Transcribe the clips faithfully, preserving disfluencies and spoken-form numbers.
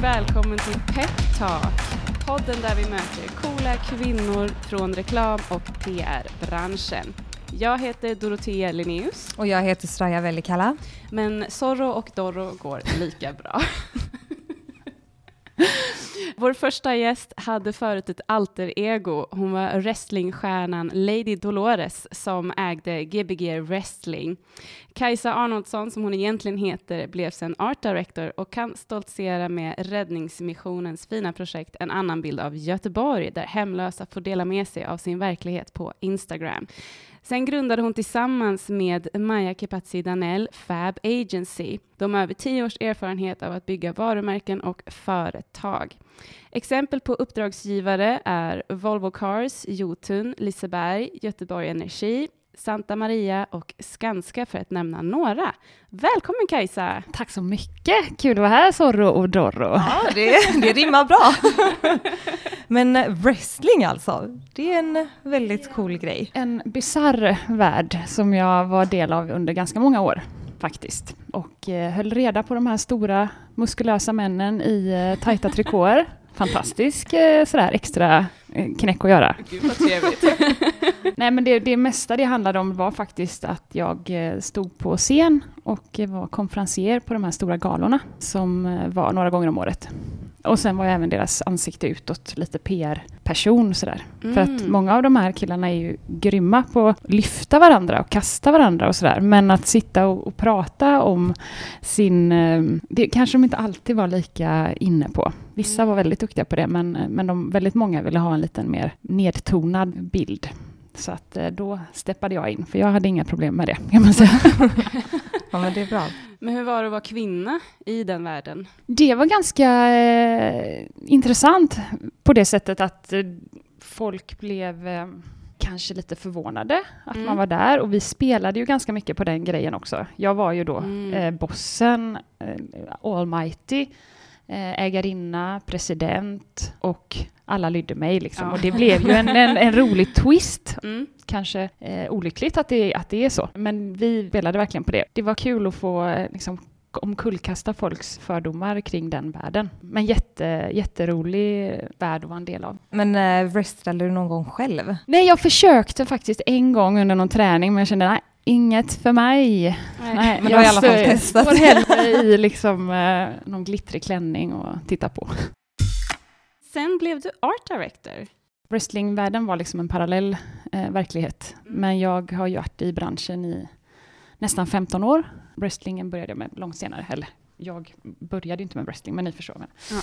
välkommen till Pep Talk, podden där vi möter coola kvinnor från reklam- och P R-branschen. Jag heter Dorothea Linnaeus. Och jag heter Straja Vellikala. Men Zorro och Dorro går lika bra. Vår första gäst hade förut ett alter ego. Hon var wrestlingstjärnan Lady Dolores som ägde G B G Wrestling. Kajsa Arnoldsson, som hon egentligen heter, blev sen art director och kan stoltsera med Räddningsmissionens fina projekt En annan bild av Göteborg, där hemlösa får dela med sig av sin verklighet på Instagram. Sen grundade hon tillsammans med Maja Kepazzi Danell Fab Agency. De har över tio års erfarenhet av att bygga varumärken och företag. Exempel på uppdragsgivare är Volvo Cars, Jotun, Liseberg, Göteborg Energi, Santa Maria och Skanska, för att nämna några. Välkommen Kajsa! Tack så mycket! Kul att vara här, Zorro och Dorro. Ja, det, det rimmar bra. Men wrestling alltså, det är en väldigt cool grej. En bizarr värld som jag var del av under ganska många år faktiskt. Och eh, höll reda på de här stora muskulösa männen i eh, tajta trikåer. Fantastisk eh, sådär extra eh, knäck att göra. Gud vad trevligt. Nej, men det, det mesta det handlade om var faktiskt att jag eh, stod på scen och eh, var konferencier på de här stora galorna som eh, var några gånger om året. Och sen var jag även deras ansikte utåt, lite P R-person sådär. Mm. För att många av de här killarna är ju grymma på att lyfta varandra och kasta varandra och sådär. Men att sitta och, och prata om sin... Det kanske de inte alltid var lika inne på. Vissa var väldigt duktiga på det, men, men de, väldigt många ville ha en liten mer nedtonad bild. Så att då steppade jag in, för jag hade inga problem med det, kan man säga. Ja, men det är bra. Men hur var det att vara kvinna i den världen? Det var ganska eh, intressant på det sättet att eh, folk blev eh, kanske lite förvånade att mm. man var där. Och vi spelade ju ganska mycket på den grejen också. Jag var ju då mm. eh, bossen, eh, almighty, eh, ägarinna, president och alla lydde mig liksom. Ja. Och det blev ju en, en, en rolig twist. Mm. Kanske eh, olyckligt att det, att det är så. Men vi spelade verkligen på det. Det var kul att få eh, liksom, omkullkasta folks fördomar kring den världen. Men jätte, jätterolig värld att vara en del av. Men eh, wrestlade du någon gång själv? Nej, jag försökte faktiskt en gång under någon träning. Men jag kände, nej, inget för mig. Nej, nej, men jag har i alla fall testat. Jag hellre i liksom, eh, någon glittrig klänning och titta på. Sen blev du art director. Wrestlingvärlden var liksom en parallell eh, verklighet. Mm. Men jag har ju varit i branschen i nästan femton år. Wrestlingen började jag med långt senare. Eller jag började inte med wrestling, men ni förstår mig. Ja.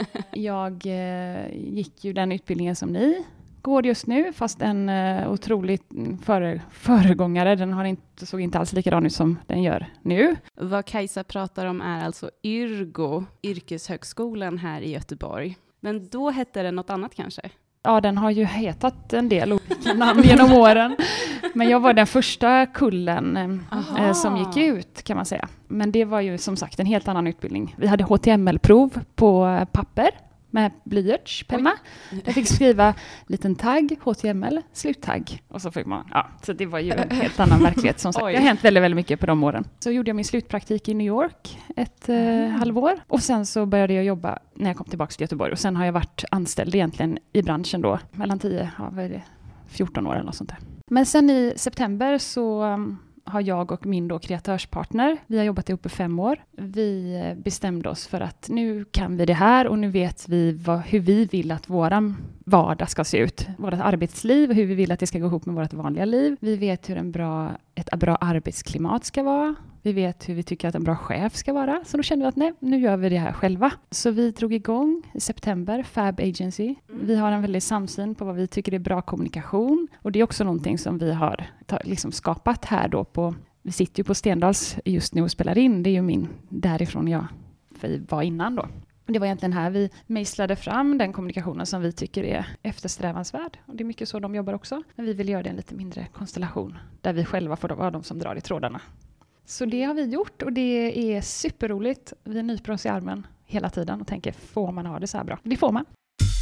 Jag eh, gick ju den utbildningen som ni går just nu. Fast en eh, otroligt före, föregångare. Den har inte, såg inte alls likadan ut som den gör nu. Vad Kajsa pratar om är alltså Yrgo, yrkeshögskolan här i Göteborg. Men då hette det något annat kanske? Ja, den har ju hetat en del olika namn genom åren. Men jag var den första kullen eh, som gick ut, kan man säga. Men det var ju som sagt en helt annan utbildning. Vi hade H T M L-prov på papper med blyertspenna. Jag fick skriva liten tagg, H T M L, sluttagg. Och så fick man, ja, så det var ju en helt annan verklighet som sagt. Det har hänt väldigt, väldigt mycket på de åren. Så gjorde jag min slutpraktik i New York ett mm. eh, halvår. Och sen så började jag jobba när jag kom tillbaka till Göteborg. Och sen har jag varit anställd egentligen i branschen då. Mellan tio, ja, vad är det, fjorton år eller något sånt där. Men sen i september så... Um, har jag och min då kreatörspartner. Vi har jobbat ihop i fem år. Vi bestämde oss för att nu kan vi det här och nu vet vi vad, hur vi vill att våran vardag ska se ut. Vårt arbetsliv och hur vi vill att det ska gå ihop med vårt vanliga liv. Vi vet hur en bra, ett bra arbetsklimat ska vara. Vi vet hur vi tycker att en bra chef ska vara. Så då kände vi att nej, nu gör vi det här själva. Så vi drog igång i september, Fab Agency. Mm. Vi har en väldigt samsyn på vad vi tycker är bra kommunikation. Och det är också någonting som vi har ta, liksom skapat här då på... Vi sitter ju på Stendals just nu och spelar in. Det är ju min därifrån jag var innan då. Det var egentligen här vi mejslade fram den kommunikationen som vi tycker är eftersträvansvärd. Och det är mycket så de jobbar också. Men vi vill göra det en lite mindre konstellation. Där vi själva får vara de som drar i trådarna. Så det har vi gjort och det är superroligt. Vi nyper oss i armen hela tiden och tänker, får man ha det så här bra? Det får man.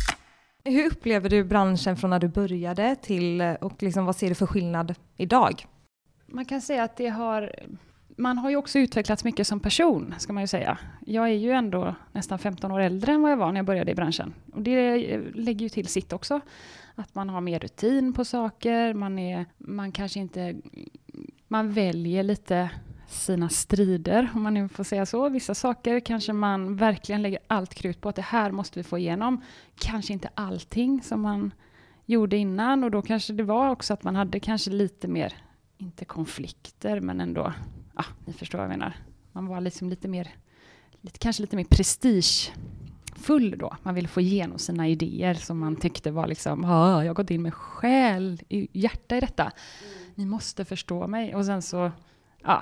Hur upplever du branschen från när du började till och liksom, vad ser du för skillnad idag? Man kan säga att det har man har ju också utvecklats mycket som person, ska man ju säga. Jag är ju ändå nästan femton år äldre än vad jag var när jag började i branschen. Och det lägger ju till sitt också. Att man har mer rutin på saker. Man, är, man kanske inte... Man väljer lite sina strider, om man nu får säga så. Vissa saker kanske man verkligen lägger allt krut på. Att det här måste vi få igenom. Kanske inte allting som man gjorde innan. Och då kanske det var också att man hade kanske lite mer... Inte konflikter, men ändå... Ja, ni förstår vad jag menar. Man var liksom lite mer... Lite, kanske lite mer prestigefull då. Man ville få igenom sina idéer som man tyckte var liksom... Ja, jag har gått in med själ, i hjärta i detta. Mm. Ni måste förstå mig. Och sen så... Ja.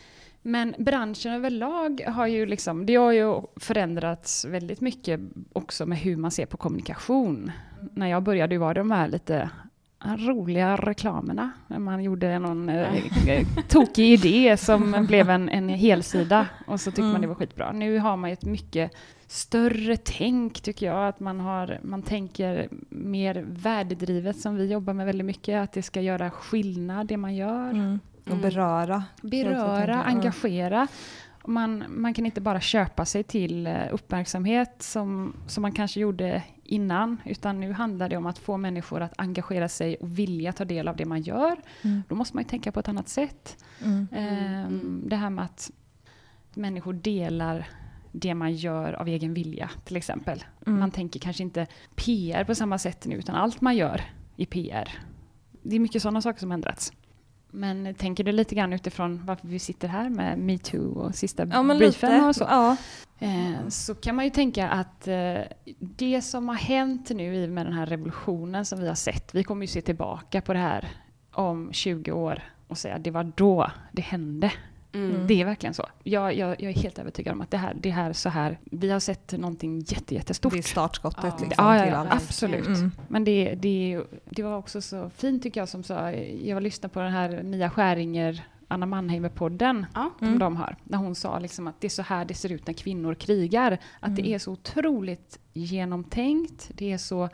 Men branschen överlag har ju liksom... Det har ju förändrats väldigt mycket också med hur man ser på kommunikation. Mm. När jag började var de här lite... roliga reklamerna. Man gjorde någon eh, tokig idé som blev en, en helsida och så tyckte mm. man det var skitbra. Nu har man ett mycket större tänk, tycker jag. Att man, har, man tänker mer värdedrivet som vi jobbar med väldigt mycket. Att det ska göra skillnad det man gör. Mm. Och beröra. Beröra, engagera. Man, man kan inte bara köpa sig till uppmärksamhet som, som man kanske gjorde innan, utan nu handlar det om att få människor att engagera sig och vilja ta del av det man gör. Mm. Då måste man ju tänka på ett annat sätt. Mm. Ehm, det här med att människor delar det man gör av egen vilja, till exempel. Mm. Man tänker kanske inte P R på samma sätt nu, utan allt man gör i P R. Det är mycket sådana saker som ändrats. Men tänker du lite grann utifrån varför vi sitter här med MeToo och sista ja, briefen lite. Och så. Ja. Eh, så kan man ju tänka att eh, det som har hänt nu i med den här revolutionen som vi har sett, vi kommer ju se tillbaka på det här om tjugo år och säga att det var då det hände. Mm. Det är verkligen så. Jag, jag, jag är helt övertygad om att det här, det här så här, vi har sett någonting jätte, jättestort. Det är startskottet. Ja. Liksom, ja, ja, ja absolut. Mm. Men det, det, det var också så fint, tycker jag, som sa, jag lyssnade på den här Mia Skäringer, Anna Mannheimer-podden ja. som mm. de har. När hon sa liksom att det är så här det ser ut när kvinnor krigar. Att mm. det är så otroligt genomtänkt. Det är så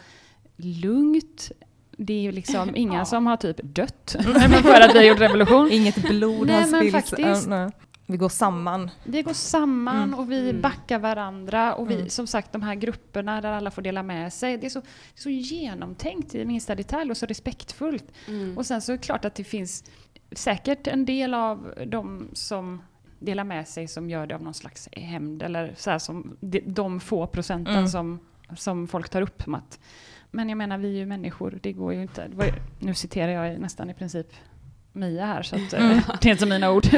lugnt. Det är ju liksom ingen ja. som har typ dött för att vi har gjort revolution. Inget blod nej, har spillts. Faktiskt, uh, nej. Vi går samman. Vi går samman mm. och vi backar varandra. Och vi, mm. som sagt, de här grupperna där alla får dela med sig. Det är så, så genomtänkt i minsta detalj och så respektfullt. Mm. Och sen så är det klart att det finns säkert en del av de som delar med sig som gör det av någon slags hämnd. Eller så här som de, de få procenten mm. som, som folk tar upp med att men jag menar, vi är ju människor. Det går ju inte. Ju, nu citerar jag nästan i princip Mia här. Så att, mm. det är inte mina ord.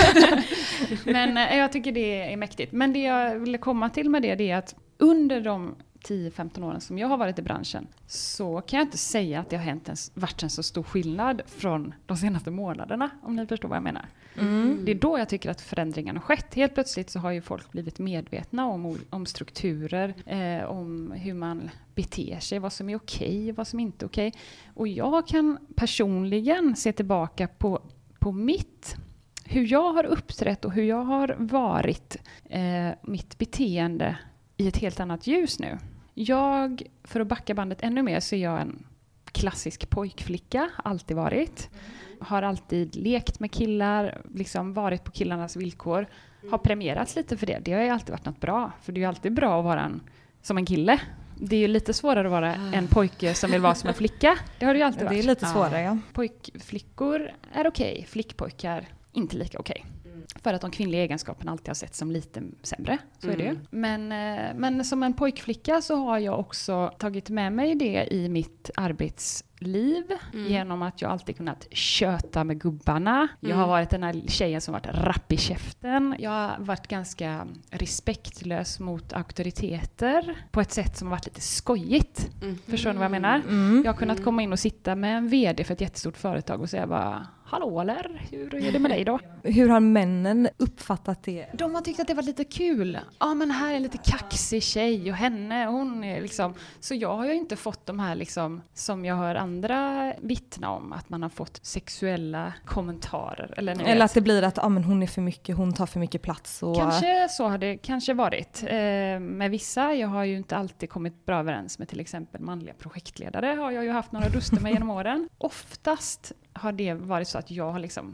Men eh, jag tycker det är mäktigt. Men det jag ville komma till med det, det är att under de tio femton åren som jag har varit i branschen så kan jag inte säga att det har hänt en, varit en så stor skillnad från de senaste månaderna, om ni förstår vad jag menar. Mm. Det är då jag tycker att förändringen har skett. Helt plötsligt så har ju folk blivit medvetna om, om strukturer, eh, om hur man beter sig, vad som är okej, vad som inte är okej. Och jag kan personligen se tillbaka på, på mitt, hur jag har uppträtt och hur jag har varit, eh, mitt beteende i ett helt annat ljus nu. Jag, för att backa bandet ännu mer, så är jag en klassisk pojkflicka, alltid varit. Har alltid lekt med killar, liksom varit på killarnas villkor. Har premierats lite för det. Det har ju alltid varit något bra. För det är ju alltid bra att vara en, som en kille. Det är ju lite svårare att vara en pojke som vill vara som en flicka. Det har det ju alltid varit. Det är lite svårare, ja. Pojkflickor är okej. Flickpojkar inte lika okej. För att de kvinnliga egenskaperna alltid har sett som lite sämre. Så mm. är det ju. Men, men som en pojkflicka så har jag också tagit med mig det i mitt arbetsliv. Mm. Genom att jag alltid kunnat köta med gubbarna. Mm. Jag har varit den här tjejen som varit rapp i käften. Jag har varit ganska respektlös mot auktoriteter. På ett sätt som har varit lite skojigt. Mm. Förstår ni vad jag menar? Mm. Jag har kunnat komma in och sitta med en vd för ett jättestort företag och säga bara... Hallå eller? Hur är det med dig då? Hur har männen uppfattat det? De har tyckt att det var lite kul. Ja, men här är en lite kaxig tjej och henne, hon är liksom... Så jag har ju inte fått de här liksom, som jag hör andra vittna om, att man har fått sexuella kommentarer. Eller, eller vet. Att det blir att ah, men hon är för mycket, hon tar för mycket plats. Och... Kanske så har det kanske varit. Eh, med vissa, jag har ju inte alltid kommit bra överens med till exempel manliga projektledare. Har jag ju haft några duster med genom åren. Oftast har det varit så att jag har liksom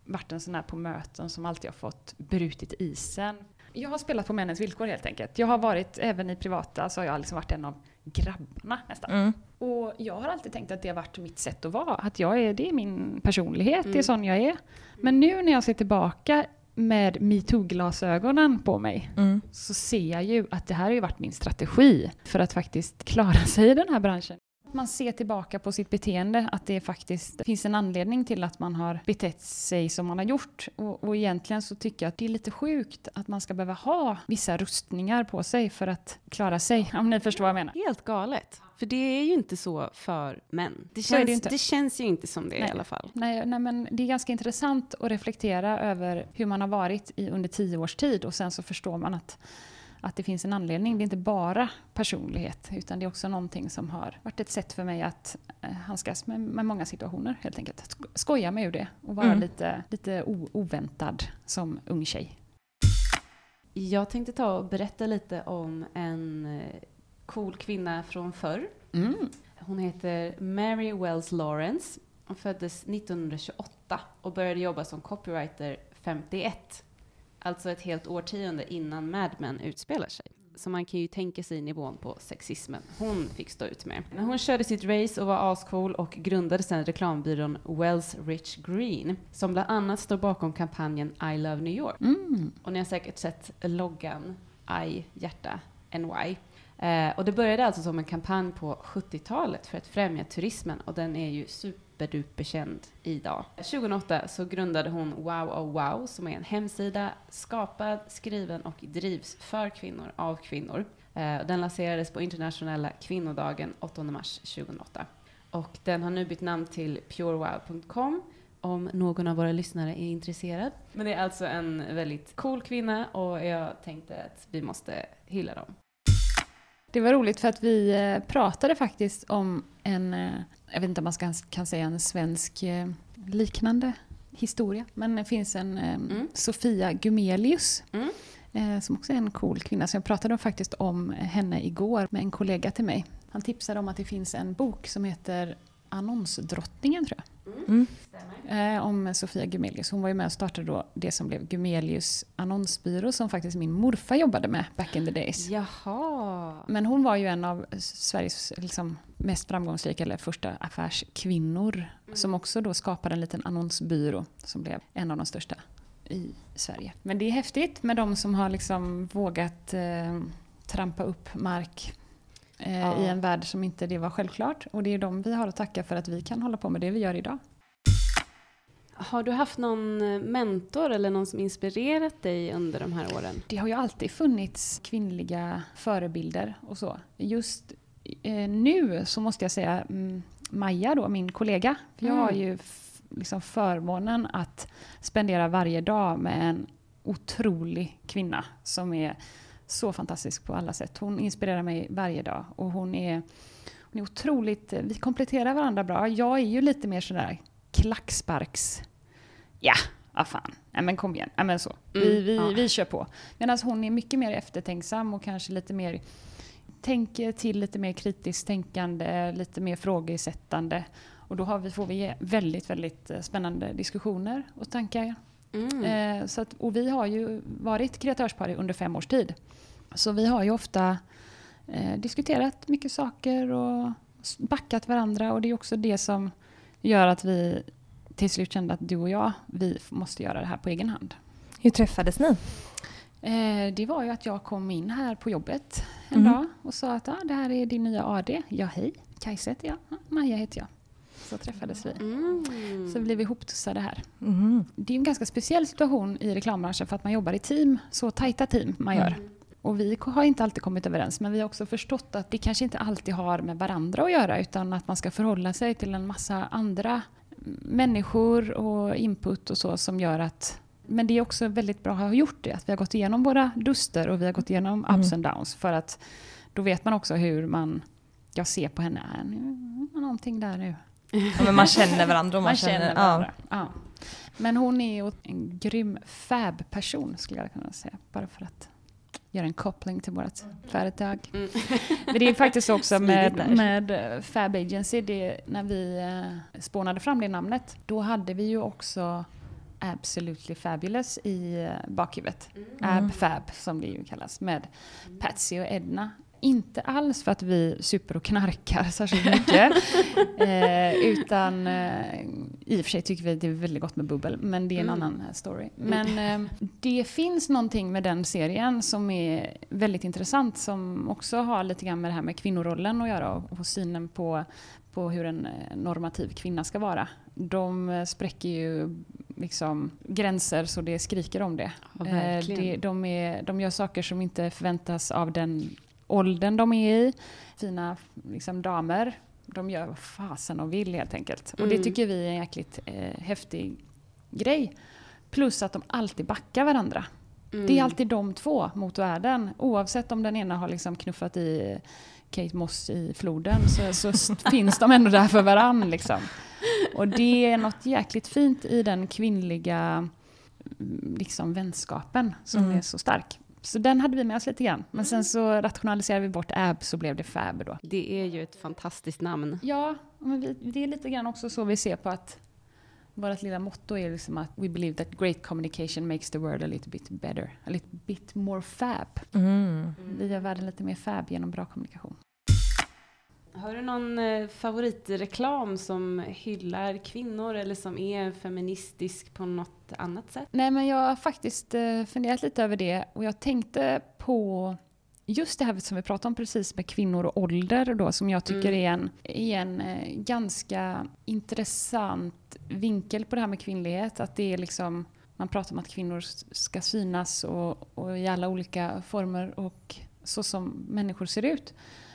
varit en sån här på möten som alltid har fått brutit isen. Jag har spelat på männens villkor helt enkelt. Jag har varit, även i privata, så har jag liksom varit en av grabbarna nästan. Mm. Och jag har alltid tänkt att det har varit mitt sätt att vara. Att jag är, det är min personlighet, mm. det är sån jag är. Men nu när jag ser tillbaka med MeToo-glasögonen på mig mm. så ser jag ju att det här har ju varit min strategi för att faktiskt klara sig i den här branschen. Man ser tillbaka på sitt beteende, att det faktiskt det finns en anledning till att man har betett sig som man har gjort. Och, och egentligen så tycker jag att det är lite sjukt att man ska behöva ha vissa rustningar på sig för att klara sig, om ni förstår vad jag menar. Helt galet. För det är ju inte så för män. Det känns, det, det känns ju inte som det nej. i alla fall. Nej, nej, men det är ganska intressant att reflektera över hur man har varit i under tio års tid. Och sen så förstår man att Att det finns en anledning. Det är inte bara personlighet, utan det är också någonting som har varit ett sätt för mig att eh, handskas med, med många situationer helt enkelt. Att skoja mig ur det och vara mm. lite, lite o- oväntad som ung tjej. Jag tänkte ta och berätta lite om en cool kvinna från förr. Mm. Hon heter Mary Wells Lawrence. Hon föddes nittonhundratjugoåtta och började jobba som copywriter femtioett. Alltså ett helt årtionde innan Mad Men utspelar sig. Så man kan ju tänka sig nivån på sexismen hon fick stå ut med. Men hon körde sitt race och var ascool och grundade sedan reklambyrån Wells Rich Green. Som bland annat står bakom kampanjen I Love New York. Mm. Och ni har säkert sett loggan I, hjärta, N Y. Eh, och det började alltså som en kampanj på sjuttiotalet för att främja turismen. Och den är ju superduperkänd idag. tjugohundraåtta så grundade hon Wow Oh Wow, som är en hemsida skapad, skriven och drivs för kvinnor av kvinnor. Eh, den lanserades på internationella kvinnodagen åttonde mars tjugohundraåtta. Och den har nu bytt namn till pure wow punkt com. Om någon av våra lyssnare är intresserad. Men det är alltså en väldigt cool kvinna och jag tänkte att vi måste hylla dem. Det var roligt för att vi pratade faktiskt om en, jag vet inte om man ska, kan säga en svensk liknande historia. Men det finns en mm. Sofia Gumelius mm. som också är en cool kvinna. Så jag pratade faktiskt om henne igår med en kollega till mig. Han tipsade om att det finns en bok som heter Annonsdrottningen, tror jag. Mm. Eh, om Sofia Gumelius. Hon var ju med och startade då det som blev Gumelius annonsbyrå som faktiskt min morfar jobbade med back in the days. Jaha. Men hon var ju en av Sveriges liksom, mest framgångsrika eller första affärskvinnor mm. som också då skapade en liten annonsbyrå som blev en av de största i Sverige. Men det är häftigt med de som har liksom vågat eh, trampa upp mark eh, ja. i en värld som inte det var självklart. Och det är de vi har att tacka för att vi kan hålla på med det vi gör idag. Har du haft någon mentor eller någon som inspirerat dig under de här åren? Det har ju alltid funnits kvinnliga förebilder och så. Just eh, nu så måste jag säga mm, Maja då, min kollega. För jag mm. har ju f- liksom förmånen att spendera varje dag med en otrolig kvinna som är så fantastisk på alla sätt. Hon inspirerar mig varje dag och hon är, hon är otroligt, vi kompletterar varandra bra. Jag är ju lite mer sådär klacksparks. Ja, vad fan. Nej men kom igen. Nej men så. Mm, vi, vi, ja. vi kör på. Medan hon är mycket mer eftertänksam och kanske lite mer tänker till lite mer kritiskt tänkande, lite mer frågesättande. Och då har vi, får vi väldigt, väldigt spännande diskussioner och tankar. Mm. Eh, så att, och vi har ju varit kreatörspar under fem års tid. Så vi har ju ofta eh, diskuterat mycket saker och backat varandra. Och det är också det som gör att vi till slut kände att du och jag, vi måste göra det här på egen hand. Hur träffades ni? Eh, det var ju att jag kom in här på jobbet en mm. dag och sa att ah, det här är din nya A D. Ja, hej. Kajsa heter jag. Ah, Maja heter jag. Så träffades vi. Mm. Så blev vi ihoptussade här. Mm. Det är en ganska speciell situation i reklambranschen för att man jobbar i team. Så tajta team man gör. Mm. Och vi har inte alltid kommit överens. Men vi har också förstått att det kanske inte alltid har med varandra att göra. Utan att man ska förhålla sig till en massa andra människor och input och så som gör att... Men det är också väldigt bra att ha gjort det. Att vi har gått igenom våra duster och vi har gått igenom mm. ups and downs. För att då vet man också hur man... Jag ser på henne. Äh, någonting där nu. Ja, men man känner varandra och man, man känner, känner varandra. Ja. Ja. Men hon är en grym fab-person skulle jag kunna säga. Bara för att göra en koppling till vårt mm. företag. Mm. Men det är faktiskt också med, med Fab Agency. Det, när vi eh, spånade fram det namnet. Då hade vi ju också Absolutely Fabulous i bakhuvudet. Mm. Ab Fab som det ju kallas, med Patsy och Edna. Inte alls för att vi super och knarkar särskilt mycket. eh, utan eh, i och för sig tycker vi att det är väldigt gott med bubbel. Men det är en mm. annan story. Men eh, det finns någonting med den serien som är väldigt intressant. Som också har lite grann med det här med kvinnorollen att göra. Och, och synen på, på hur en normativ kvinna ska vara. De spräcker ju liksom gränser så det skriker om det. Ja, eh, det de, är, de gör saker som inte förväntas av den åldern de är i. Fina liksom, damer. De gör vad fasen de vill helt enkelt. Mm. Och det tycker vi är en jäkligt eh, häftig grej. Plus att de alltid backar varandra. Mm. Det är alltid de två mot världen. Oavsett om den ena har liksom knuffat i Kate Moss i floden så, så finns de ändå där för varann. Liksom. Och det är något jäkligt fint i den kvinnliga liksom, vänskapen som mm. är så stark. Så den hade vi med oss lite grann. Men sen så rationaliserade vi bort Ab så blev det Fab då. Det är ju ett fantastiskt namn. Ja, men vi, det är lite grann också så vi ser på att vårt lilla motto är liksom att we believe that great communication makes the world a little bit better. A little bit more fab. Mm. Vi gör världen lite mer fab genom bra kommunikation. Har du någon eh, favoritreklam som hyllar kvinnor eller som är feministisk på något annat sätt? Nej, men jag har faktiskt eh, funderat lite över det och jag tänkte på just det här som vi pratade om precis med kvinnor och ålder då, som jag tycker mm. är en, är en eh, ganska intressant vinkel på det här med kvinnlighet. Att det är liksom, man pratar om att kvinnor ska synas och, och i alla olika former och så som människor ser ut.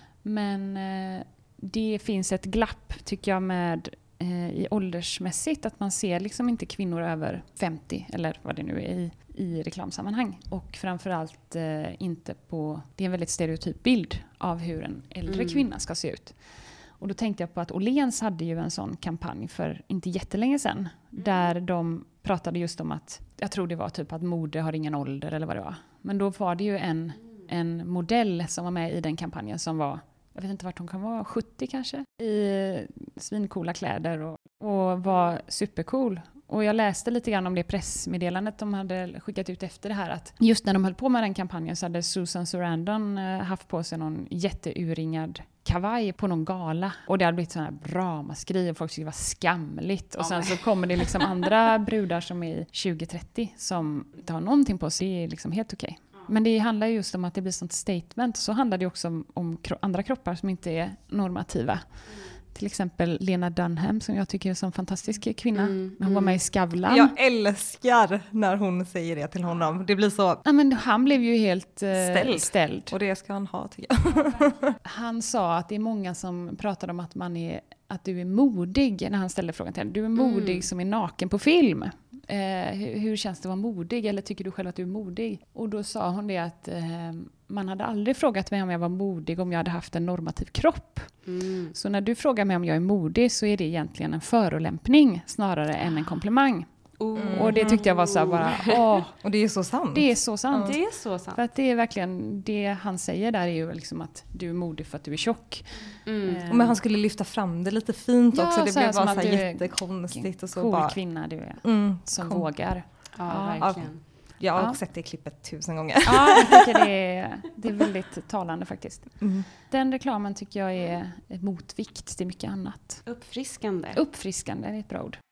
Men eh, det finns ett glapp tycker jag med eh, i åldersmässigt att man ser liksom inte kvinnor över femtio eller vad det nu är i, i reklamsammanhang. Och framförallt eh, inte på, det är en väldigt stereotyp bild av hur en äldre mm. kvinna ska se ut. Och då tänkte jag på att Åhléns hade ju en sån kampanj för inte jättelänge sedan. Mm. Där de pratade just om att, jag tror det var typ att mode har ingen ålder eller vad det var. Men då var det ju en, en modell som var med i den kampanjen som var, jag vet inte vart hon kan vara, sjuttio kanske. I svincoola kläder och, och var supercool. Och jag läste lite grann om det pressmeddelandet de hade skickat ut efter det här. Att just när de höll på med den kampanjen så hade Susan Sarandon haft på sig någon jätteuringad kavaj på någon gala. Och det hade blivit sådana här ramaskri och folk tyckte det var skamligt. Och sen så kommer det liksom andra brudar som är tjugo trettio som inte har någonting på sig. Det är liksom helt okej. Men det handlar just om att det blir sånt statement. Så handlar det också om, om kro- andra kroppar som inte är normativa. Mm. Till exempel Lena Dunham som jag tycker är en sån fantastisk kvinna. Mm. Hon var med i Skavlan. Jag älskar när hon säger det till honom. Det blir så... Ja, men han blev ju helt eh, ställd. ställd. Och det ska han ha tycker jag. Han sa att det är många som pratar om att, man är, att du är modig. När han ställde frågan till henne. Du är modig mm. som är naken på film. Eh, hur, hur känns det att vara modig? Eller tycker du själv att du är modig? Och då sa hon det att eh, man hade aldrig frågat mig om jag var modig om jag hade haft en normativ kropp. Mm. Så när du frågar mig om jag är modig så är det egentligen en förolämpning snarare än en komplimang. Mm. Och det tyckte jag var så här bara, åh. Och det är så sant. Det är så sant. Mm. Det är så sant. För att det är verkligen, det han säger där är ju liksom att du är modig för att du är tjock. Mm. Mm. Men han skulle lyfta fram det lite fint ja, också. Det blev bara så här jättekonstigt. Och så cool bara... kvinna du är. Mm. Som cool. vågar. Ja, ja, verkligen. Jag har ja. sett det klippet tusen gånger. Ja, jag tycker det är, det är väldigt talande faktiskt. Mm. Den reklamen tycker jag är ett motvikt till mycket annat. Uppfriskande. Uppfriskande är ett bra ord.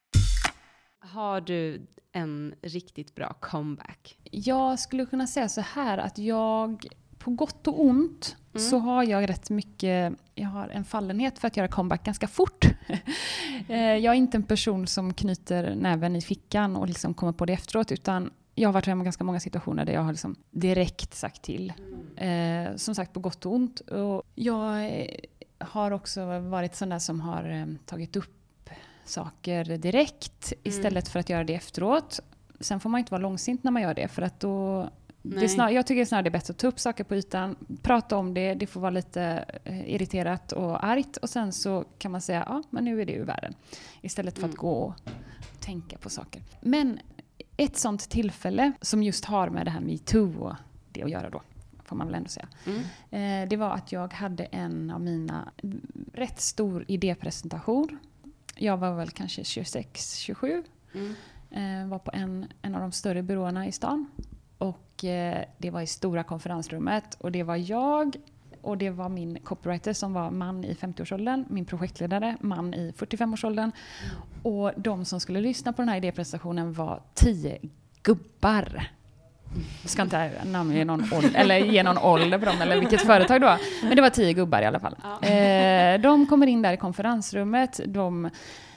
Har du en riktigt bra comeback? Jag skulle kunna säga så här att jag, på gott och ont, mm. så har jag rätt mycket, jag har en fallenhet för att göra comeback ganska fort. Jag är inte en person som knyter näven i fickan och liksom kommer på det efteråt, utan jag har varit med om ganska många situationer där jag har liksom direkt sagt till. Mm. Eh, som sagt, på gott och ont. Och jag har också varit sån där som har eh, tagit upp saker direkt mm. istället för att göra det efteråt. Sen får man inte vara långsint när man gör det, för att då... Det är snar, jag tycker snarare det är bättre att ta upp saker på ytan, prata om det, det får vara lite eh, irriterat och argt, och sen så kan man säga, ja men nu är det ur världen. Istället för mm. att gå och tänka på saker. Men ett sånt tillfälle som just har med det här MeToo och det att göra då, får man väl ändå säga. Mm. Eh, det var att jag hade en av mina rätt stor idépresentation. Jag var väl kanske tjugosex tjugosju. Mm. Eh, var på en, en av de större byråerna i stan. Och eh, det var i stora konferensrummet. Och det var jag och det var min copywriter som var man i femtioårsåldern. Min projektledare, man i fyrtiofemårsåldern. Mm. Och de som skulle lyssna på den här idépresentationen var tio gubbar. Jag ska inte namnge någon ålder, eller ge någon ålder på dem, eller vilket företag då. Men det var tio gubbar i alla fall. Ja. Eh, de kommer in där i konferensrummet. De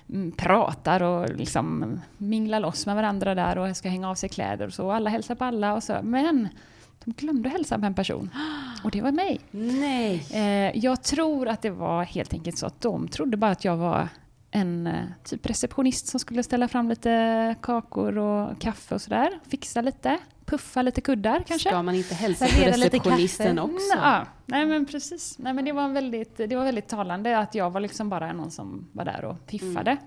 pratar och liksom minglar loss med varandra där och ska hänga av sig kläder och så. Alla hälsar på alla och så. Men de glömde hälsa på en person. Och det var mig. Nej. Eh, jag tror att det var helt enkelt så att de trodde bara att jag var en typ receptionist som skulle ställa fram lite kakor och kaffe och sådär. Fixa lite, puffa lite kuddar kanske. Ska man inte hälsa på receptionisten också? Ja, nej men precis. Nej men det var väldigt, det var väldigt talande att jag var liksom bara någon som var där och piffade.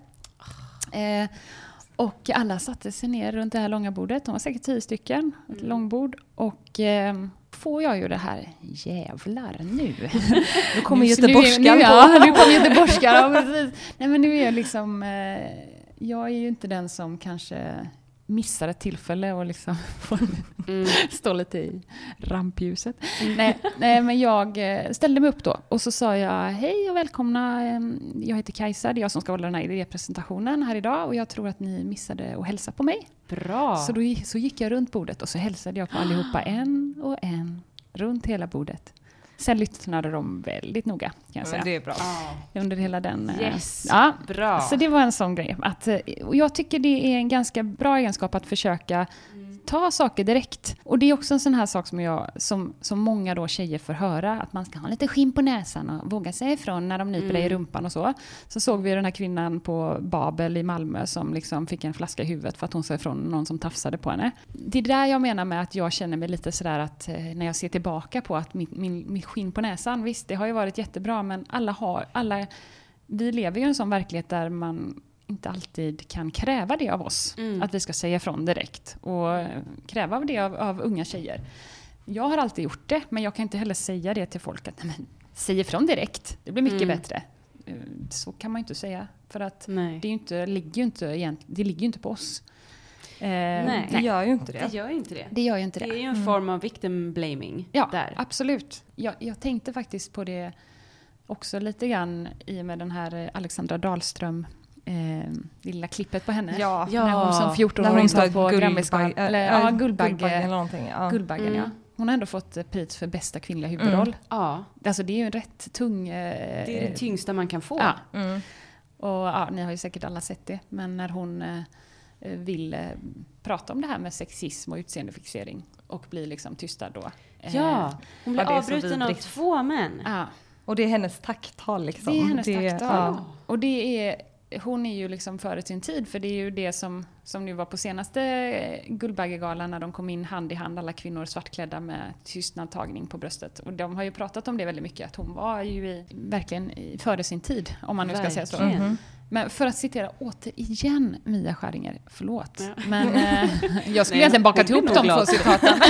Mm. Eh, och alla satte sig ner runt det här långa bordet. De var säkert tio stycken, ett mm. långbord. Och eh, får jag ju det här, jävlar nu. Nu kommer göteborgskan på. Ja, nu kommer göteborgskan. Ja, precis. Nej men nu är jag liksom, eh, jag är ju inte den som kanske missar ett tillfälle och liksom får mm. stå lite i rampljuset. Mm. Nej, nej, men jag ställde mig upp då och så sa jag hej och välkomna. Jag heter Kajsa, det är jag som ska hålla den här idépresentationen här idag och jag tror att ni missade att hälsa på mig. Bra. Så då så gick jag runt bordet och så hälsade jag på allihopa en och en runt hela bordet. Sen lyssnade de väldigt noga, kan jag säga. Men det är bra. Under hela den... Yes, ja, bra. Så det var en sån grej. Att, och jag tycker det är en ganska bra egenskap att försöka mm. ta saker direkt. Och det är också en sån här sak som, jag, som, som många då tjejer får höra. Att man ska ha lite skinn på näsan och våga sig ifrån när de nyper mm. dig i rumpan och så. Så såg vi den här kvinnan på Babel i Malmö som liksom fick en flaska i huvudet för att hon sa ifrån någon som tafsade på henne. Det är där jag menar med att jag känner mig lite sådär att när jag ser tillbaka på att min, min, min skinn på näsan, visst det har ju varit jättebra men alla har, alla, vi lever ju i en sån verklighet där man inte alltid kan kräva det av oss. Mm. Att vi ska säga ifrån direkt och kräva av det av, av unga tjejer. Jag har alltid gjort det men jag kan inte heller säga det till folk att nej, men, säg ifrån direkt, det blir mycket mm. bättre. Så kan man ju inte säga för att nej. det är ju inte, ligger ju inte egentligen, det ligger ju inte på oss. Eh, nej, det gör ju inte det. Det gör ju inte det. Det gör ju inte det. Det är ju en mm. form av victim blaming. Ja, där. absolut. Jag, jag tänkte faktiskt på det också lite grann i med den här Alexandra Dahlström eh, lilla klippet på henne. Ja, ja. När hon som fjorton-åring står på Grammisgalan. Eller ja, Guldbagge. Guldbagge Ja. Guldbaggen, mm. ja. Hon har ändå fått pris för bästa kvinnliga huvudroll. Mm. Ja. Alltså det är ju en rätt tung... Eh, det är det tyngsta man kan få. Ja. Mm. Och ja, ni har ju säkert alla sett det. Men när hon eh, vill eh, prata om det här med sexism och utseendefixering och blir liksom tystad då. Eh, ja, hon blir avbruten av två män. Ja. Och det är hennes tacktal liksom. Det är hennes det, tacktal. Ja. Och det är, hon är ju liksom före sin tid. För det är ju det som, som nu var på senaste Guldbaggegalan när de kom in hand i hand, alla kvinnor svartklädda med tystnadtagning på bröstet. Och de har ju pratat om det väldigt mycket. Att hon var ju i, verkligen i, före sin tid, om man nu ska verkligen. säga så. Mm-hmm. Men för att citera återigen Mia Skäringer, förlåt. Ja. Men eh, jag skulle egentligen bakat ihop de två citaten.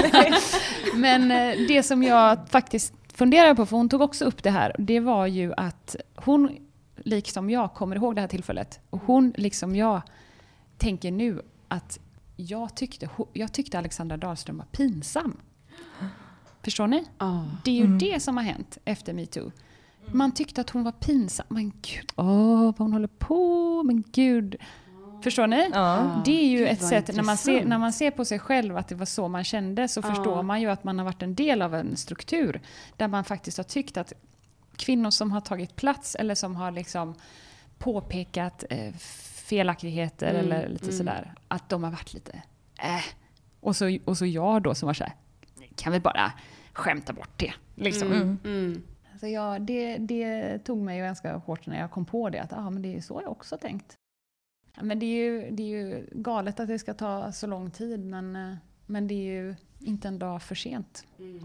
Men eh, det som jag faktiskt funderar på, för hon tog också upp det här, det var ju att hon, liksom jag, kommer ihåg det här tillfället. Och hon, liksom jag, tänker nu att jag tyckte, jag tyckte Alexandra Dahlström var pinsam. Förstår ni? Oh. Det är ju mm. det som har hänt efter MeToo. Man tyckte att hon var pinsam. Men gud, åh, vad hon håller på. Men gud. Förstår ni? Ja. Det är ju Gud, ett sätt, när man, ser, när man ser på sig själv att det var så man kände, så ja. förstår man ju att man har varit en del av en struktur. Där man faktiskt har tyckt att kvinnor som har tagit plats eller som har liksom påpekat eh, felaktigheter mm. eller lite mm. sådär. Att de har varit lite äh. Och så, och så jag då som var så här, kan vi bara skämta bort det? Liksom. Mm. Mm. Så ja, det, det tog mig ju ganska hårt när jag kom på det. Att ah, men det är ju så jag också tänkt. Ja, men det är, ju, det är ju galet att det ska ta så lång tid. Men, men det är ju inte en dag för sent. Mm.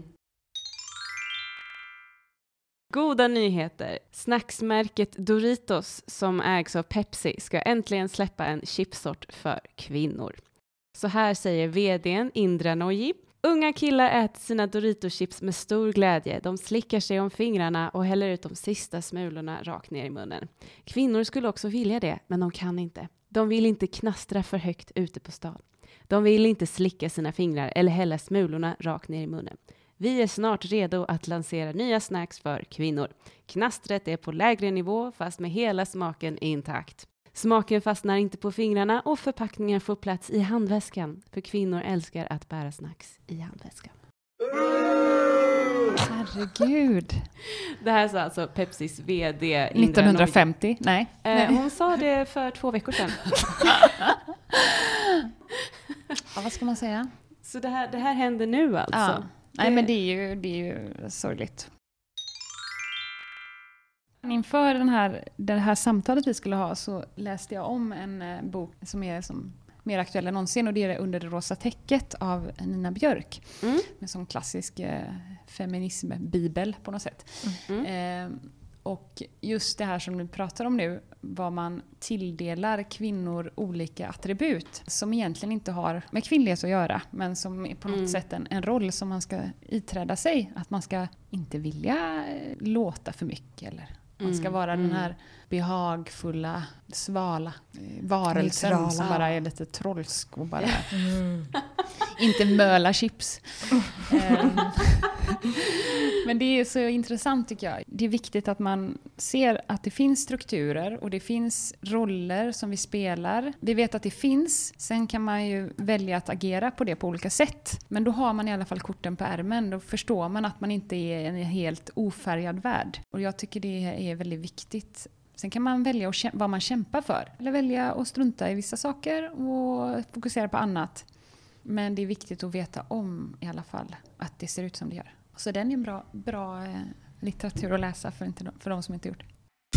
Goda nyheter. Snacksmärket Doritos som ägs av Pepsi ska äntligen släppa en chipsort för kvinnor. Så här säger vdn Indra Noji. Unga killar äter sina Doritos-chips med stor glädje. De slickar sig om fingrarna och häller ut de sista smulorna rakt ner i munnen. Kvinnor skulle också vilja det, men de kan inte. De vill inte knastra för högt ute på stan. De vill inte slicka sina fingrar eller hälla smulorna rakt ner i munnen. Vi är snart redo att lansera nya snacks för kvinnor. Knastret är på lägre nivå fast med hela smaken intakt. Smaken fastnar inte på fingrarna och förpackningen får plats i handväskan. För kvinnor älskar att bära snacks i handväskan. Herregud. Det här sa alltså Pepsis vd nittonhundrafemtio? Nej. Eh, Nej. Hon sa det för två veckor sedan. Ja, vad ska man säga? Så det här, det här händer nu alltså? Ja. Nej, det... men det är ju, det är ju sorgligt. Inför den här, det här samtalet vi skulle ha så läste jag om en eh, bok som är som mer aktuell än någonsin, och det är Under det rosa täcket av Nina Björk. Mm. Med som klassisk eh, feminism-bibel på något sätt. Mm. Eh, och just det här som vi pratar om nu, vad man tilldelar kvinnor olika attribut som egentligen inte har med kvinnlighet att göra, men som är på något Mm. sätt en, en roll som man ska iträda sig. Att man ska inte vilja eh, låta för mycket, eller man ska Mm, vara mm. den här behagfulla, svala eh, varelsen Neutrala. som bara är lite trollsk och bara Mm. inte möla chips. Ehm, Men det är så intressant tycker jag. Det är viktigt att man ser att det finns strukturer och det finns roller som vi spelar. Vi vet att det finns. Sen kan man ju välja att agera på det på olika sätt. Men då har man i alla fall korten på ärmen. Då förstår man att man inte är en helt ofärgad värld. Och jag tycker det är väldigt viktigt. Sen kan man välja att käm- vad man kämpar för. Eller välja att strunta i vissa saker och fokusera på annat. Men det är viktigt att veta om i alla fall att det ser ut som det gör. Så den är en bra, bra eh, litteratur att läsa för, inte, för de som inte gjort det.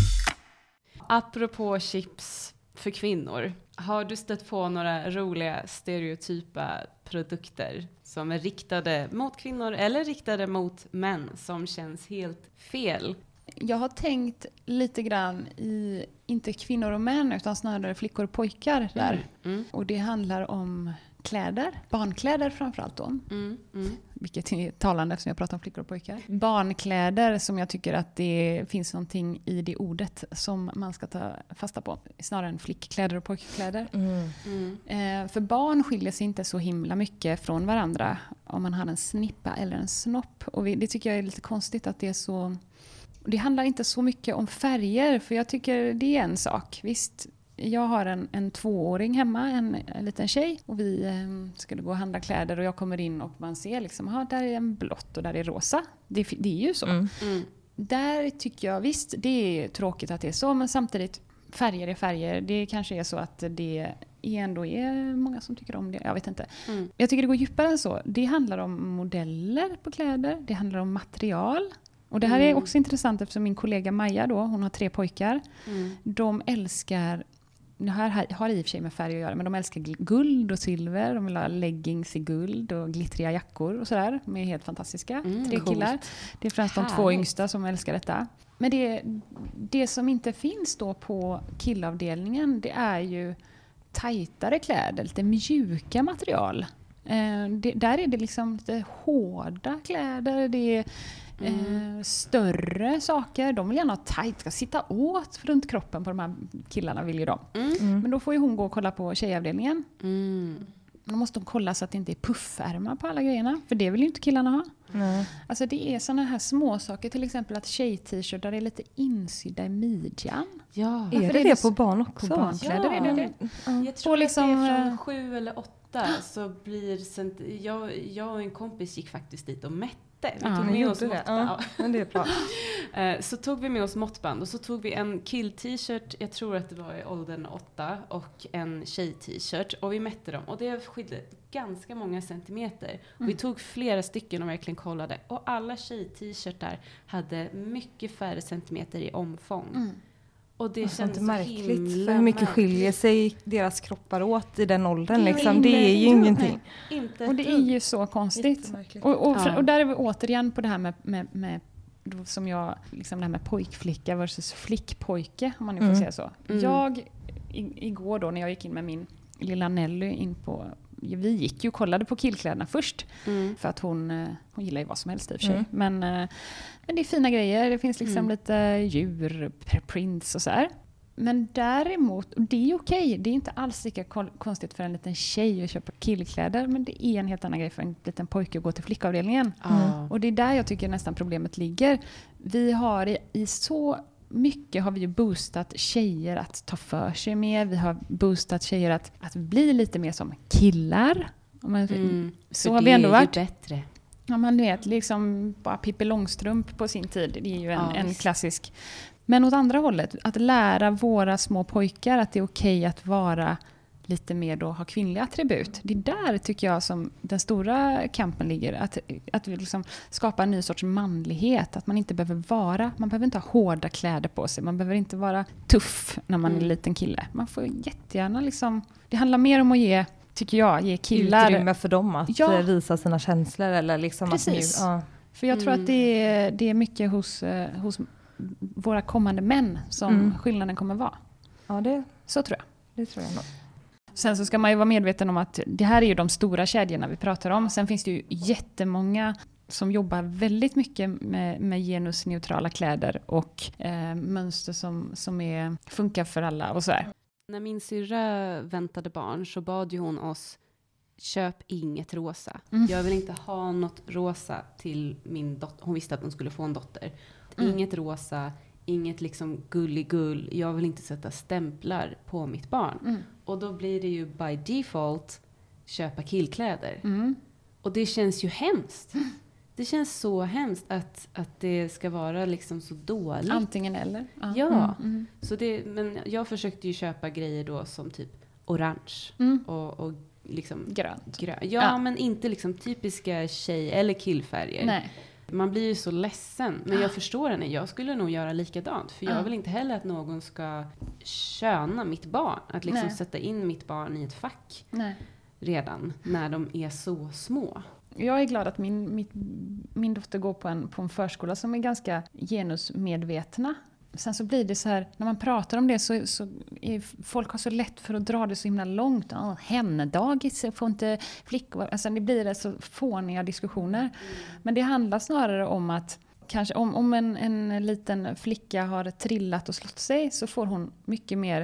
Apropå chips för kvinnor. Har du stött på några roliga stereotypa produkter som är riktade mot kvinnor eller riktade mot män som känns helt fel? Jag har tänkt lite grann i, inte kvinnor och män utan snarare flickor och pojkar där. Mm. Och det handlar om kläder, barnkläder framförallt då. Mm. Mm. Vilket är talande eftersom jag pratar om flickor och pojkar. Barnkläder som jag tycker att det finns någonting i det ordet som man ska ta fasta på. Snarare än flickkläder och pojkkläder. Mm. Mm. Eh, för barn skiljer sig inte så himla mycket från varandra om man har en snippa eller en snopp. Och vi, det tycker jag är lite konstigt att det är så... Det handlar inte så mycket om färger, för jag tycker det är en sak. Visst, jag har en, en tvååring hemma, en, en liten tjej. Och vi eh, skulle gå och handla kläder och jag kommer in och man ser liksom, aha, där är en blått och där är rosa. Det, det är ju så. Mm. Mm. Där tycker jag, visst, det är tråkigt att det är så, men samtidigt, färger är färger. Det kanske är så att det ändå är många som tycker om det. Jag vet inte. Mm. Jag tycker det går djupare än så. Det handlar om modeller på kläder. Det handlar om material. Och det här Mm. är också intressant eftersom min kollega Maja då, hon har tre pojkar. Mm. De älskar, det här har i och för sig med färg att göra, men de älskar gl- guld och silver. De vill ha leggings i guld och glittriga jackor och sådär. De är helt fantastiska, Mm, tre coolt. killar. Det är främst de två Härligt. yngsta som älskar detta. Men det, det som inte finns då på killavdelningen, det är ju tajtare kläder, lite mjuka material. Eh, det, där är det liksom lite hårda kläder, det är Mm. eh, större saker. De vill gärna ha tajt, ska sitta åt runt kroppen på de här killarna, vill ju de. Mm. Mm. Men då får ju hon gå och kolla på tjejavdelningen. Mm. Då måste de kolla så att det inte är puffärmar på alla grejerna, för det vill ju inte killarna ha. Nej. Alltså det är såna här små saker, till exempel att tjej-t-shirtar är lite insydda i midjan. Ja. Är för det är det, det på barn också? På barnkläder är det det. Jag tror liksom, att det är eh, från sju eller åtta så blir cent- jag, jag och en kompis gick faktiskt dit och mätte. Vi Ja, tog Ni med oss gjorde det? måttband. Ja, men det är bra. Eh, Så tog vi med oss måttband och så tog vi en kill-t-shirt, jag tror att det var i åldern åtta, och en tjej-t-shirt och vi mätte dem och det skilde ganska många centimeter. Och vi tog flera stycken och verkligen kollade och alla tjej-t-shirtar hade mycket färre centimeter i omfång. Mm. Och det Det är kändes inte så märkligt, himla för hur mycket märkligt. skiljer sig deras kroppar åt i den åldern Det är liksom. inte Det är ju ett dugg. ingenting. Inte Och ett det är dugg. ju så konstigt. Jättemärkligt. Och, och, Ja. och där är vi återigen på det här med, med, med då som jag, liksom det här med pojkflicka versus flickpojke, om man nu får Mm. säga så. Mm. Jag, i, igår då när jag gick in med min lilla Nelly in på, vi gick ju och kollade på killkläderna först, Mm. för att hon, eh, hon gillar ju vad som helst i och för sig. Mm. Men, eh, men det är fina grejer, det finns liksom Mm. lite djur, prints och så här. Men däremot, och det är okej, det är inte alls lika konstigt för en liten tjej att köpa killkläder, men det är en helt annan grej för en liten pojke att gå till flickavdelningen. Mm. Och det är där jag tycker nästan problemet ligger. Vi har i, i så mycket har vi ju boostat tjejer att ta för sig mer. Vi har boostat tjejer att, att bli lite mer som killar. Men, mm, så har vi ändå varit. Bättre. Ja, man vet, liksom bara Pippi Långstrump på sin tid. Det är ju en, ja, en klassisk. Men åt andra hållet, att lära våra små pojkar att det är okej att vara lite mer då, ha kvinnliga attribut. Det är där tycker jag som den stora kampen ligger. Att, att vi liksom skapa en ny sorts manlighet. Att man inte behöver vara, man behöver inte ha hårda kläder på sig. Man behöver inte vara tuff när man är en liten kille. Man får jättegärna liksom, det handlar mer om att ge, tycker jag, ge killar utrymme för dem att ja. visa sina känslor. Eller liksom precis. Att, ja. För jag tror mm. att det är, det är mycket hos, hos våra kommande män som mm. skillnaden kommer vara. Ja, det, så tror jag. Det tror jag nog. Sen så ska man ju vara medveten om att det här är ju de stora kedjorna vi pratar om. Sen finns det ju jättemånga som jobbar väldigt mycket med, med genusneutrala kläder och eh, mönster som, som är, funkar för alla och så här. När min syrra väntade barn så bad ju hon oss, köp inget rosa. Mm. Jag vill inte ha något rosa till min dotter. Hon visste att hon skulle få en dotter. Mm. Inget rosa, inget liksom gulligull. Jag vill inte sätta stämplar på mitt barn. Mm. Och då blir det ju by default köpa killkläder. Mm. Och det känns ju hemskt. Mm. Det känns så hemskt att, att det ska vara liksom så dåligt. Antingen eller. Ja. ja. Mm. Mm. Så det, men jag försökte ju köpa grejer då som typ orange. Mm. Och, och liksom grönt. Grön. Ja, ja, men inte liksom typiska tjej- eller killfärger. Nej. Man blir ju så ledsen. Men jag förstår henne. Jag skulle nog göra likadant. För jag ja. vill inte heller att någon ska köna mitt barn. Att liksom Nej. sätta in mitt barn i ett fack. Nej. Redan när de är så små. Jag är glad att min, mitt, min dotter går på en, på en förskola som är ganska genusmedvetna. Sen så blir det så här, när man pratar om det så, så är folk har så lätt för att dra det så himla långt. Oh, hemmedagis får inte flickor. Alltså det blir det så fåniga diskussioner. Mm. Men det handlar snarare om att kanske om, om en, en liten flicka har trillat och slått sig så får hon mycket mer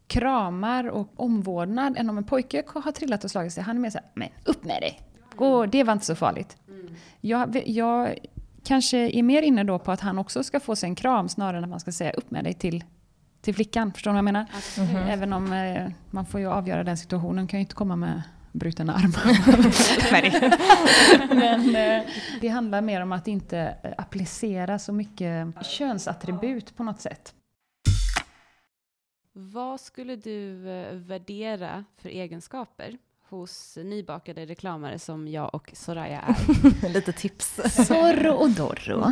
kramar och omvårdnad än om en pojke har trillat och slagit sig. Han är mer så här, men upp med dig. Gå, det var inte så farligt. Mm. Jag, jag kanske är mer inne då på att han också ska få sig en kram snarare än att man ska säga upp med dig till, till flickan. Förstår du vad jag menar? Mm-hmm. Även om eh, man får ju avgöra den situationen, kan ju inte komma med bruten arm. Men eh, det handlar mer om att inte applicera så mycket könsattribut på något sätt. Vad skulle du värdera för egenskaper hos nybakade reklamare som jag och Soraya är? Lite tips. Zorro och Dorro.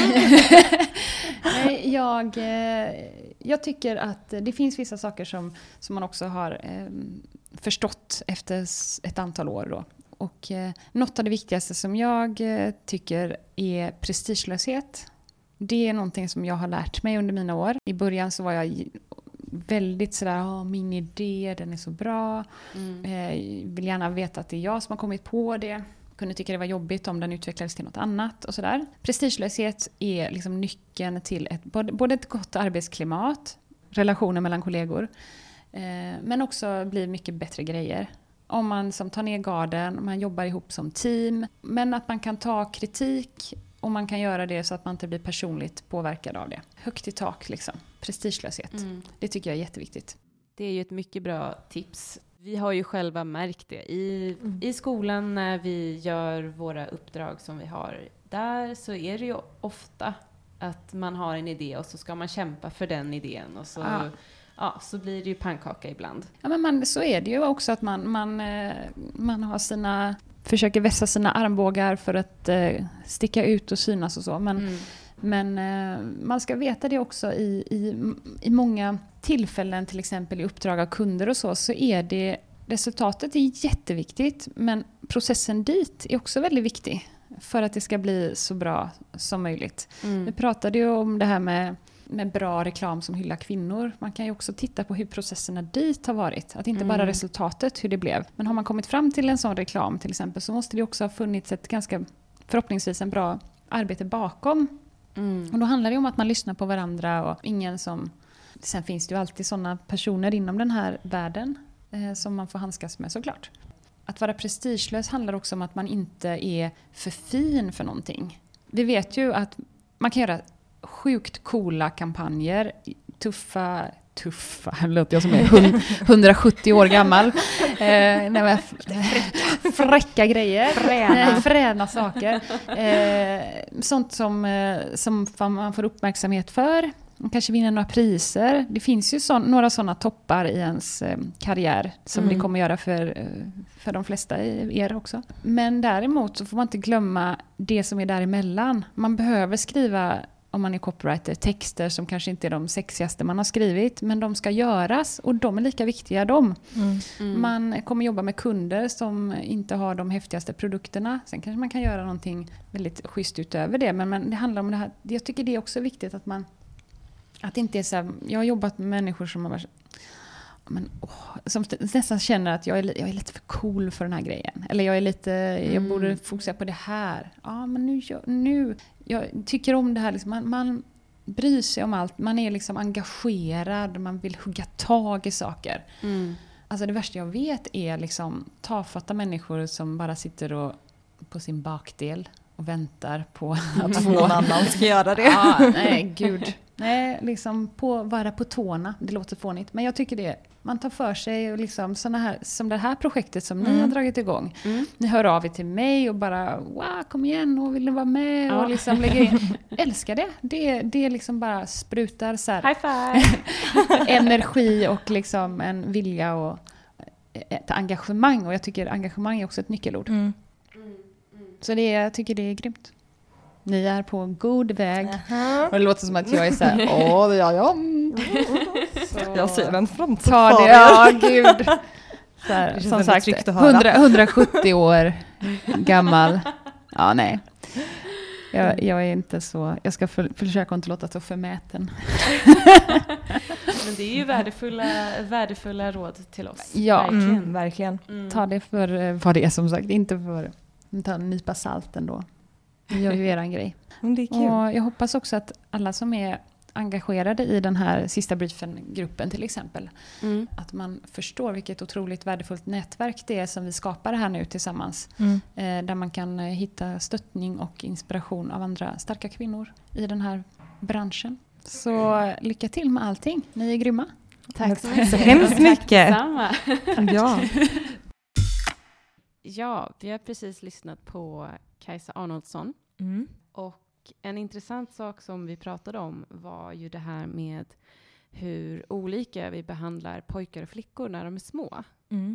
Nej, jag, jag tycker att det finns vissa saker som, som man också har eh, förstått efter ett antal år. Då. Och eh, något av det viktigaste som jag eh, tycker är prestigelöshet. Det är någonting som jag har lärt mig under mina år. I början så var jag väldigt sådär, oh, min idé, den är så bra. Mm. Eh, vill gärna veta att det är jag som har kommit på det. Kunde tycka det var jobbigt om den utvecklades till något annat och sådär. Prestigelöshet är liksom nyckeln till ett, både, både ett gott arbetsklimat, relationer mellan kollegor, eh, men också blir mycket bättre grejer. Om man som tar ner garden, man jobbar ihop som team, men att man kan ta kritik och man kan göra det så att man inte blir personligt påverkad av det. Högt i tak liksom. Prestigelöshet. Mm. Det tycker jag är jätteviktigt. Det är ju ett mycket bra tips. Vi har ju själva märkt det. I, mm. i skolan när vi gör våra uppdrag som vi har där så är det ju ofta att man har en idé och så ska man kämpa för den idén. Och så, ja. Ja, så blir det ju pannkaka ibland. Ja, men man, så är det ju också att man, man, man har sina... försöker vässa sina armbågar för att eh, sticka ut och synas och så. Men, mm. men eh, man ska veta det också i, i, i många tillfällen, till exempel i uppdrag av kunder och så, så är det, resultatet är jätteviktigt, men processen dit är också väldigt viktig för att det ska bli så bra som möjligt. Mm. Vi pratade ju om det här med med bra reklam som hyllar kvinnor. Man kan ju också titta på hur processerna dit har varit. Att inte mm. bara resultatet, hur det blev. Men har man kommit fram till en sån reklam till exempel så måste det också ha funnits ett ganska, förhoppningsvis en bra arbete bakom. Mm. Och då handlar det om att man lyssnar på varandra och ingen som Sen finns det ju alltid sådana personer inom den här världen eh, som man får handskas med såklart. Att vara prestigelös handlar också om att man inte är för fin för någonting. Vi vet ju att man kan göra sjukt coola kampanjer, tuffa, tuffa, det låter jag som är hundrasjuttio år gammal. Eh, nej, men, fräcka grejer, fräna, fräna saker. Eh, sånt som, eh, som man får uppmärksamhet för. Man kanske vinner några priser. Det finns ju så, några sådana toppar i ens eh, karriär som mm. det kommer göra för, eh, för de flesta i er också. Men däremot så får man inte glömma det som är däremellan. Man behöver skriva, om man är copywriter, texter som kanske inte är de sexigaste man har skrivit, men de ska göras och de är lika viktiga de. Mm. Mm. Man kommer jobba med kunder som inte har de häftigaste produkterna. Sen kanske man kan göra någonting väldigt schysst utöver det, men, men det handlar om det här. Jag tycker det är också viktigt att man att det inte är så här, jag har jobbat med människor som har varit, men, åh, som nästan känner att jag är, jag är lite för cool för den här grejen. Eller jag är lite, mm. jag borde fokusera på det här. Ja, men nu, nu jag tycker om det här. Liksom, man, man bryr sig om allt. Man är liksom engagerad. Man vill hugga tag i saker. Mm. Alltså det värsta jag vet är liksom tafatta människor som bara sitter och, på sin bakdel och väntar på att någon annan ska göra det. Ja, nej, gud. Nej, liksom på, vara på tårna. Det låter fånigt. Men jag tycker det. Man tar för sig och liksom såna här, som det här projektet som mm. ni har dragit igång. Mm. Ni hör av er till mig och bara, wow, kom igen och vill ni vara med? Ja. Och liksom lägger in. Älskar det. Det, det liksom bara sprutar så här. High five! energi och liksom en vilja och ett engagemang. Och jag tycker engagemang är också ett nyckelord. Mm. Så det, jag tycker det är grymt. Ni är på en god väg. Uh-huh. Och det låter som att jag är så här, åh, det gör jag. Så jag ser en framtid. Ta det, ja, gud. Så här, som sagt, hundra, hundrasjuttio år gammal. Ja, nej. Jag, jag är inte så, jag ska för, försöka inte låta så förmäten. Men det är ju värdefulla, värdefulla råd till oss. Ja, verkligen. Mm, verkligen. Mm. Ta det för vad det är som sagt, inte för ta en nypa salt ändå. Vi gör ju eran grej. Men det är kul. Och jag hoppas också att alla som är engagerade i den här sista briefen-gruppen till exempel, mm. att man förstår vilket otroligt värdefullt nätverk det är som vi skapar här nu tillsammans. Mm. Eh, där man kan hitta stöttning och inspiration av andra starka kvinnor i den här branschen. Så lycka till med allting. Ni är grymma. Tack så mycket. Så hemskt mycket. Ja. Ja, vi har precis lyssnat på Kajsa Arnoldsson. Mm. Och en intressant sak som vi pratade om var ju det här med hur olika vi behandlar pojkar och flickor när de är små. Mm.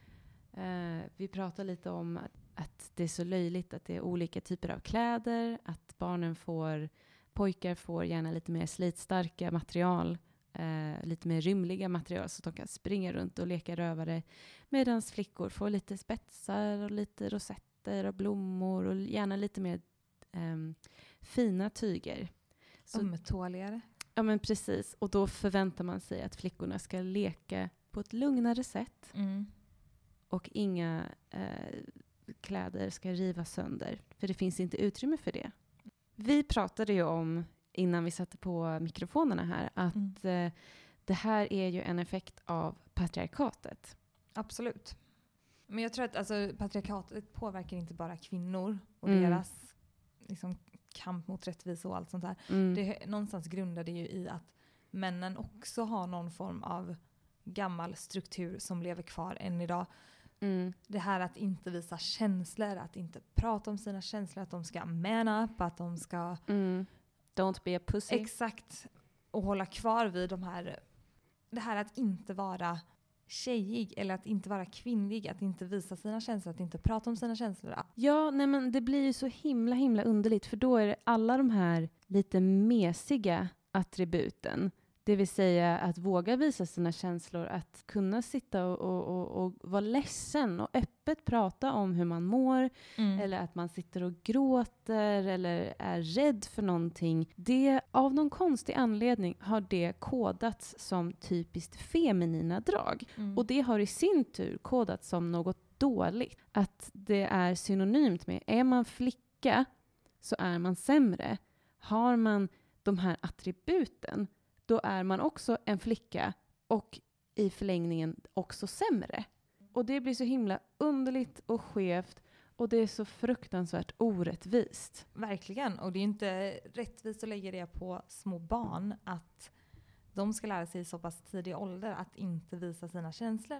Eh, vi pratade lite om att, att det är så löjligt att det är olika typer av kläder. Att barnen får, pojkar får gärna lite mer slitstarka material. Eh, lite mer rymliga material så att de kan springa runt och leka rövare. Medan flickor får lite spetsar och lite rosetter och blommor och gärna lite mer Um, fina tyger. Ömtåligare. Ja, men precis. Och då förväntar man sig att flickorna ska leka på ett lugnare sätt. Mm. Och inga uh, kläder ska rivas sönder. För det finns inte utrymme för det. Vi pratade ju om, innan vi satte på mikrofonerna här, att mm. uh, det här är ju en effekt av patriarkatet. Absolut. Men jag tror att alltså, patriarkatet påverkar inte bara kvinnor och mm. deras liksom kamp mot rättvisa och allt sånt där. Mm. Det någonstans grundar det ju i att männen också har någon form av gammal struktur som lever kvar än idag. Mm. Det här att inte visa känslor, att inte prata om sina känslor, att de ska man up, att de ska mm. don't be a pussy. Exakt. Och hålla kvar vid de här, det här att inte vara tjejig eller att inte vara kvinnlig, att inte visa sina känslor, att inte prata om sina känslor. Ja, nej men det blir ju så himla himla underligt, för då är det alla de här lite mesiga attributen. Det vill säga att våga visa sina känslor, att kunna sitta och, och, och, och vara ledsen och öppet prata om hur man mår. Mm. Eller att man sitter och gråter eller är rädd för någonting. Det, av någon konstig anledning har det kodats som typiskt feminina drag. Mm. Och det har i sin tur kodats som något dåligt. Att det är synonymt med, är man flicka så är man sämre. Har man de här attributen, då är man också en flicka och i förlängningen också sämre. Och det blir så himla underligt och skevt och det är så fruktansvärt orättvist. Verkligen, och det är inte rättvist att lägga det på små barn att de ska lära sig i så pass tidig ålder att inte visa sina känslor.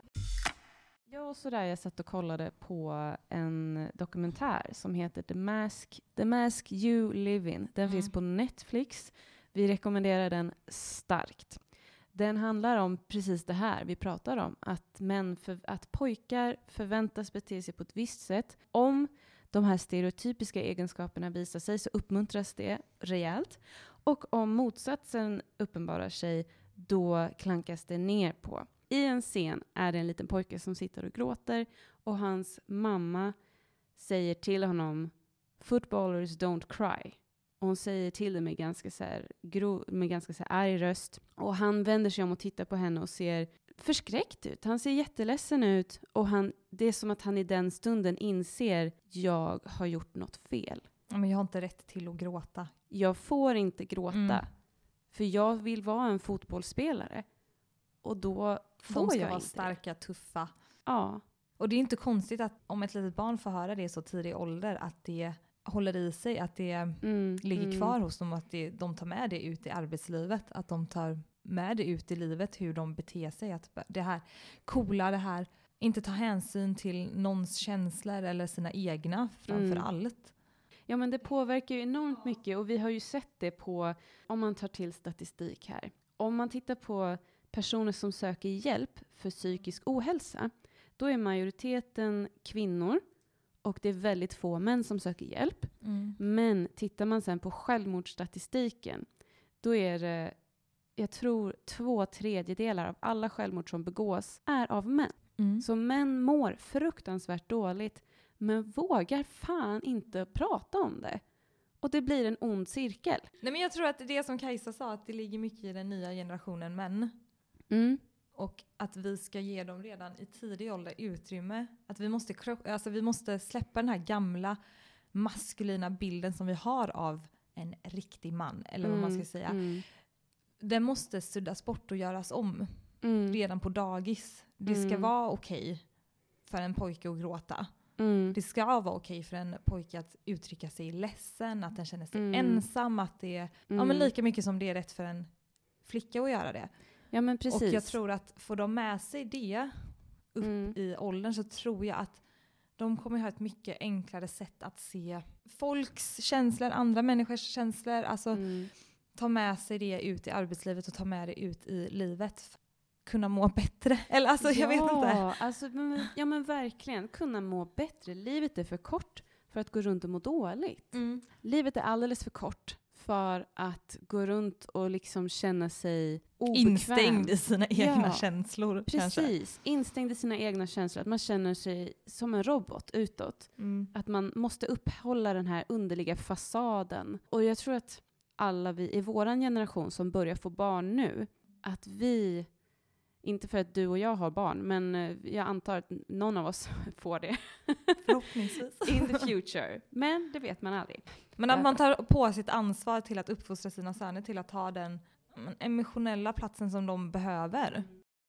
Jag och Soraya satt och kollade på en dokumentär som heter The Mask, The Mask You Live In. Den mm. finns på Netflix. Vi rekommenderar den starkt. Den handlar om precis det här vi pratar om. Att, män för, att pojkar förväntas bete sig på ett visst sätt. Om de här stereotypiska egenskaperna visar sig så uppmuntras det rejält. Och om motsatsen uppenbarar sig, då klankas det ner på. I en scen är det en liten pojke som sitter och gråter och hans mamma säger till honom "Footballers don't cry". Och hon säger till det med ganska så här, gro- med ganska så här arg röst. Och han vänder sig om och tittar på henne och ser förskräckt ut. Han ser jätteledsen ut och han, det är som att han i den stunden inser jag har gjort något fel. Men jag har inte rätt till att gråta. Jag får inte gråta Mm. för jag vill vara en fotbollsspelare. Och då får De ska jag vara inte. starka, tuffa. Ja. Och det är inte konstigt att om ett litet barn får höra det så tidig ålder att det håller i sig, att det Mm, ligger mm. kvar hos dem, att det, de tar med det ut i arbetslivet, att de tar med det ut i livet, hur de beter sig, att det här coola, det här inte ta hänsyn till någons känslor eller sina egna framför Mm. allt. Ja, men det påverkar ju enormt mycket och vi har ju sett det på, om man tar till statistik här. Om man tittar på personer som söker hjälp för psykisk ohälsa, då är majoriteten kvinnor och det är väldigt få män som söker hjälp. Mm. Men tittar man sen på självmordsstatistiken, då är det, jag tror, två tredjedelar av alla självmord som begås är av män. Mm. Så män mår fruktansvärt dåligt, men vågar fan inte prata om det. Och det blir en ond cirkel. Nej, men jag tror att det som Kajsa sa, att det ligger mycket i den nya generationen män. Mm. Och att vi ska ge dem redan i tidig ålder utrymme. Att vi måste, kro- alltså vi måste släppa den här gamla maskulina bilden som vi har av en riktig man. Eller vad man ska säga. Mm. Den måste suddas bort och göras om. Mm. Redan på dagis. Det ska Mm. vara okej för en pojke att gråta. Mm. Det ska vara okej för en pojke att uttrycka sig ledsen. Att den känner sig Mm. ensam. Att det är ja, men lika mycket som det är rätt för en flicka att göra det. Ja, men precis. Och jag tror att får de med sig det upp Mm. i åldern så tror jag att de kommer ha ett mycket enklare sätt att se folks känslor, andra människors känslor. Alltså Mm. ta med sig det ut i arbetslivet och ta med det ut i livet. Kunna må bättre. Eller alltså jag vet inte. Alltså, men, ja men verkligen. Kunna må bättre. Livet är för kort för att gå runt och må dåligt. Mm. Livet är alldeles för kort för att gå runt och liksom känna sig obekväm. Instängd i sina egna Ja, känslor. Precis. Kanske. Instängd i sina egna känslor. Att man känner sig som en robot utåt. Mm. Att man måste upphålla den här underliga fasaden. Och jag tror att alla vi i våran generation som börjar få barn nu, att vi, inte för att du och jag har barn, men jag antar att någon av oss får det. Förhoppningsvis. In the future. Men det vet man aldrig. Men att man tar på sitt ansvar till att uppfostra sina söner till att ta den emotionella platsen som de behöver.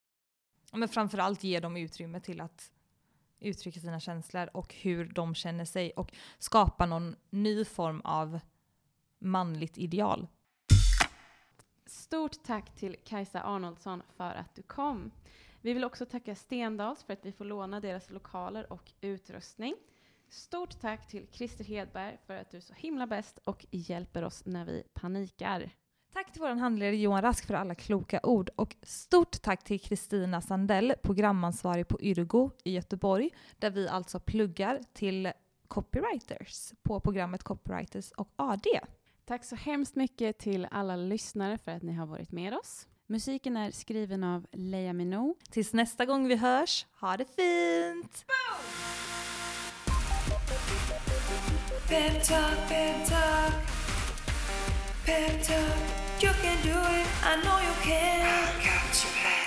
Men framförallt ge dem utrymme till att uttrycka sina känslor och hur de känner sig och skapa någon ny form av manligt ideal. Stort tack till Kajsa Arnoldsson för att du kom. Vi vill också tacka Stendals för att vi får låna deras lokaler och utrustning. Stort tack till Christer Hedberg för att du är så himla bäst och hjälper oss när vi panikar. Tack till vår handledare Johan Rask för alla kloka ord och stort tack till Kristina Sandell, programansvarig på Yrgo i Göteborg, där vi alltså pluggar till copywriters på programmet Copywriters och A D. Tack så hemskt mycket till alla lyssnare för att ni har varit med oss. Musiken är skriven av Leia Minou. Tills nästa gång vi hörs, ha det fint! Pep talk, pep talk, pep talk. You can do it, I know you can. I got your back.